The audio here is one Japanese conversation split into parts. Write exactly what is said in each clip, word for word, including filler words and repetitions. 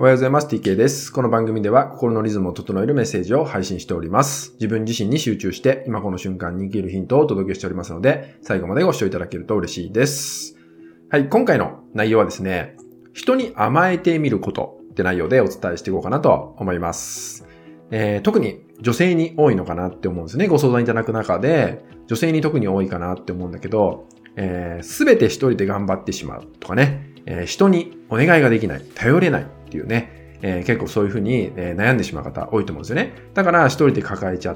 おはようございます。ティーケー です。この番組では心のリズムを整えるメッセージを配信しております。自分自身に集中して今この瞬間に生きるヒントをお届けしておりますので、最後までご視聴いただけると嬉しいです。はい、今回の内容はですね、人に甘えてみることって内容でお伝えしていこうかなと思います。えー、特に女性に多いのかなって思うんですね。ご相談いただく中で、女性に特に多いかなって思うんだけど、えー、すべて一人で頑張ってしまうとかね、えー、人にお願いができない、頼れないっていうね、えー、結構そういうふうに、えー、悩んでしまう方多いと思うんですよね。だから一人で抱えちゃって、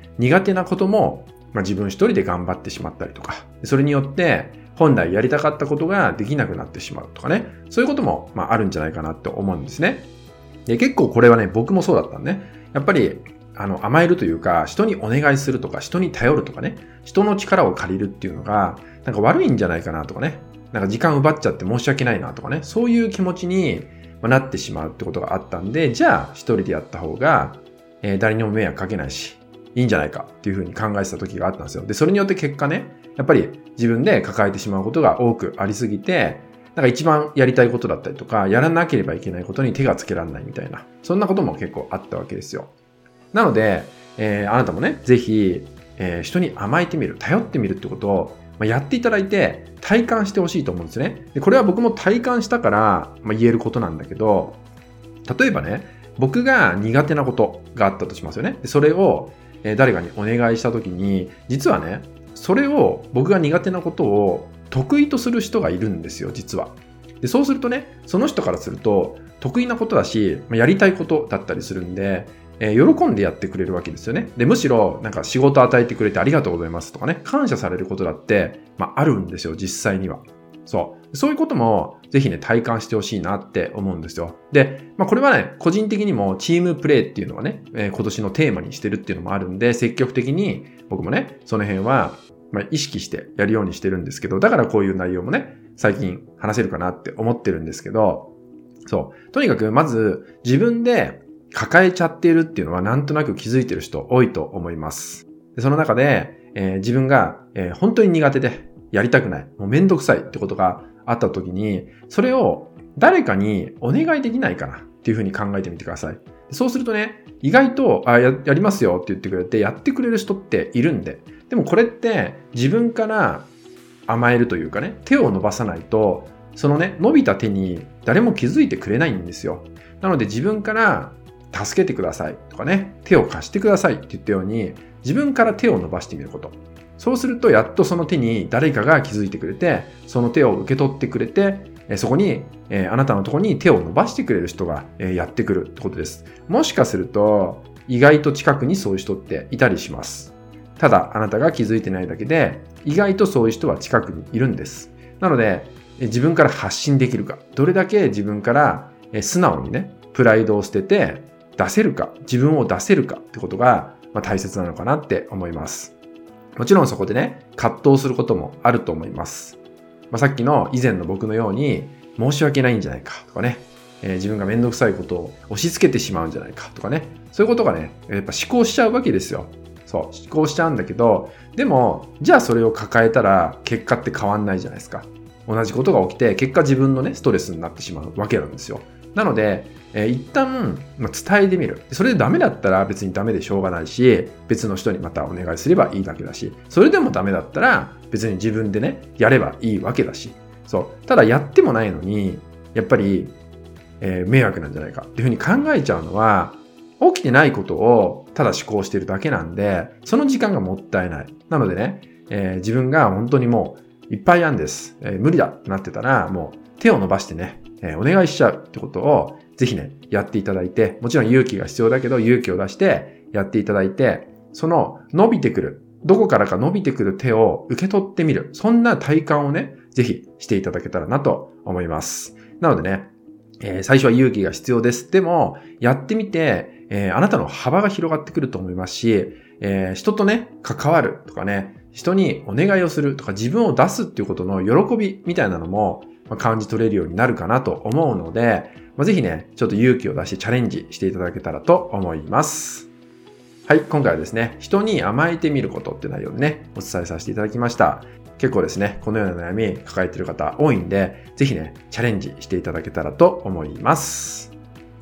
苦手なことも、まあ、自分一人で頑張ってしまったりとか、それによって本来やりたかったことができなくなってしまうとかね、そういうことも、まあ、あるんじゃないかなって思うんですね。で、結構これはね、僕もそうだったんね。やっぱりあの甘えるというか、人にお願いするとか、人に頼るとかね、人の力を借りるっていうのがなんか悪いんじゃないかなとかね、なんか時間奪っちゃって申し訳ないなとかね、そういう気持ちになってしまうってことがあったんで、じゃあ一人でやった方が、えー、誰にも迷惑かけないし、いいんじゃないかっていうふうに考えてた時があったんですよ。で、それによって結果ね、やっぱり自分で抱えてしまうことが多くありすぎて、なんか一番やりたいことだったりとか、やらなければいけないことに手がつけられないみたいな、そんなことも結構あったわけですよ。なので、えー、あなたもね、ぜひ、えー、人に甘えてみる、頼ってみるってことを、まあ、やっていただいて体感してほしいと思うんですね。で、これは僕も体感したから、まあ、言えることなんだけど、例えばね、僕が苦手なことがあったとしますよね。で、それを、えー、誰かにお願いしたときに、実はね、それを僕が苦手なことを得意とする人がいるんですよ、実は。で、そうするとね、その人からすると得意なことだし、まあ、やりたいことだったりするんで、えー、喜んでやってくれるわけですよね。で、むしろなんか仕事与えてくれてありがとうございますとかね、感謝されることだって、まあ、あるんですよ、実際には。そう。そういうこともぜひね、体感してほしいなって思うんですよ。で、まあ、これはね、個人的にもチームプレーっていうのはね、えー、今年のテーマにしてるっていうのもあるんで、積極的に僕もね、その辺は、まあ、意識してやるようにしてるんですけど、だからこういう内容もね、最近話せるかなって思ってるんですけど、そう。とにかくまず自分で抱えちゃっているっていうのはなんとなく気づいてる人多いと思います。で、その中で、えー、自分が、えー、本当に苦手でやりたくない、もうめんどくさいってことがあった時に、それを誰かにお願いできないかなっていうふうに考えてみてください。そうするとね、意外とあ や, やりますよって言ってくれてやってくれる人っているんで、でもこれって自分から甘えるというかね、手を伸ばさないと、そのね、伸びた手に誰も気づいてくれないんですよ。なので自分から助けてくださいとかね、手を貸してくださいって言ったように、自分から手を伸ばしてみること。そうするとやっとその手に誰かが気づいてくれて、その手を受け取ってくれて、そこに、えー、あなたのところに手を伸ばしてくれる人が、えー、やってくるってことです。もしかすると意外と近くにそういう人っていたりします。ただあなたが気づいてないだけで、意外とそういう人は近くにいるんです。なので、えー、自分から発信できるか、どれだけ自分から、えー、素直にね、プライドを捨てて出せるか、自分を出せるかってことが、まあ、大切なのかなって思います。もちろんそこでね、葛藤することもあると思います。まあ、さっきの以前の僕のように、申し訳ないんじゃないかとかね、えー、自分がめんどくさいことを押し付けてしまうんじゃないかとかね、そういうことがね、やっぱ思考しちゃうわけですよ。そう、思考しちゃうんだけど、でも、じゃあそれを抱えたら結果って変わんないじゃないですか。同じことが起きて、結果自分のね、ストレスになってしまうわけなんですよ。なので、えー、一旦、まあ、伝えてみる。それでダメだったら別にダメでしょうがないし、別の人にまたお願いすればいいだけだし、それでもダメだったら別に自分でね、やればいいわけだし。そう。ただやってもないのに、やっぱり、えー、迷惑なんじゃないかっていうふうに考えちゃうのは、起きてないことをただ思考してるだけなんで、その時間がもったいない。なのでね、えー、自分が本当にもういっぱいあるんです。えー、無理だってなってたら、もう手を伸ばしてね、えー、お願いしちゃうってことを、ぜひね、やっていただいて、もちろん勇気が必要だけど、勇気を出してやっていただいて、その伸びてくる、どこからか伸びてくる手を受け取ってみる。そんな体感をね、ぜひしていただけたらなと思います。なのでね、えー、最初は勇気が必要です。でも、やってみて、えー、あなたの幅が広がってくると思いますし、えー、人とね、関わるとかね、人にお願いをするとか自分を出すっていうことの喜びみたいなのも感じ取れるようになるかなと思うので、まあ、ぜひね、ちょっと勇気を出してチャレンジしていただけたらと思います。はい、今回はですね、人に甘えてみることって内容でね、お伝えさせていただきました。結構ですね、このような悩み抱えている方多いんで、ぜひね、チャレンジしていただけたらと思います。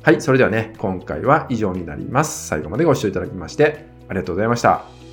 はい、それではね、今回は以上になります。最後までご視聴いただきましてありがとうございました。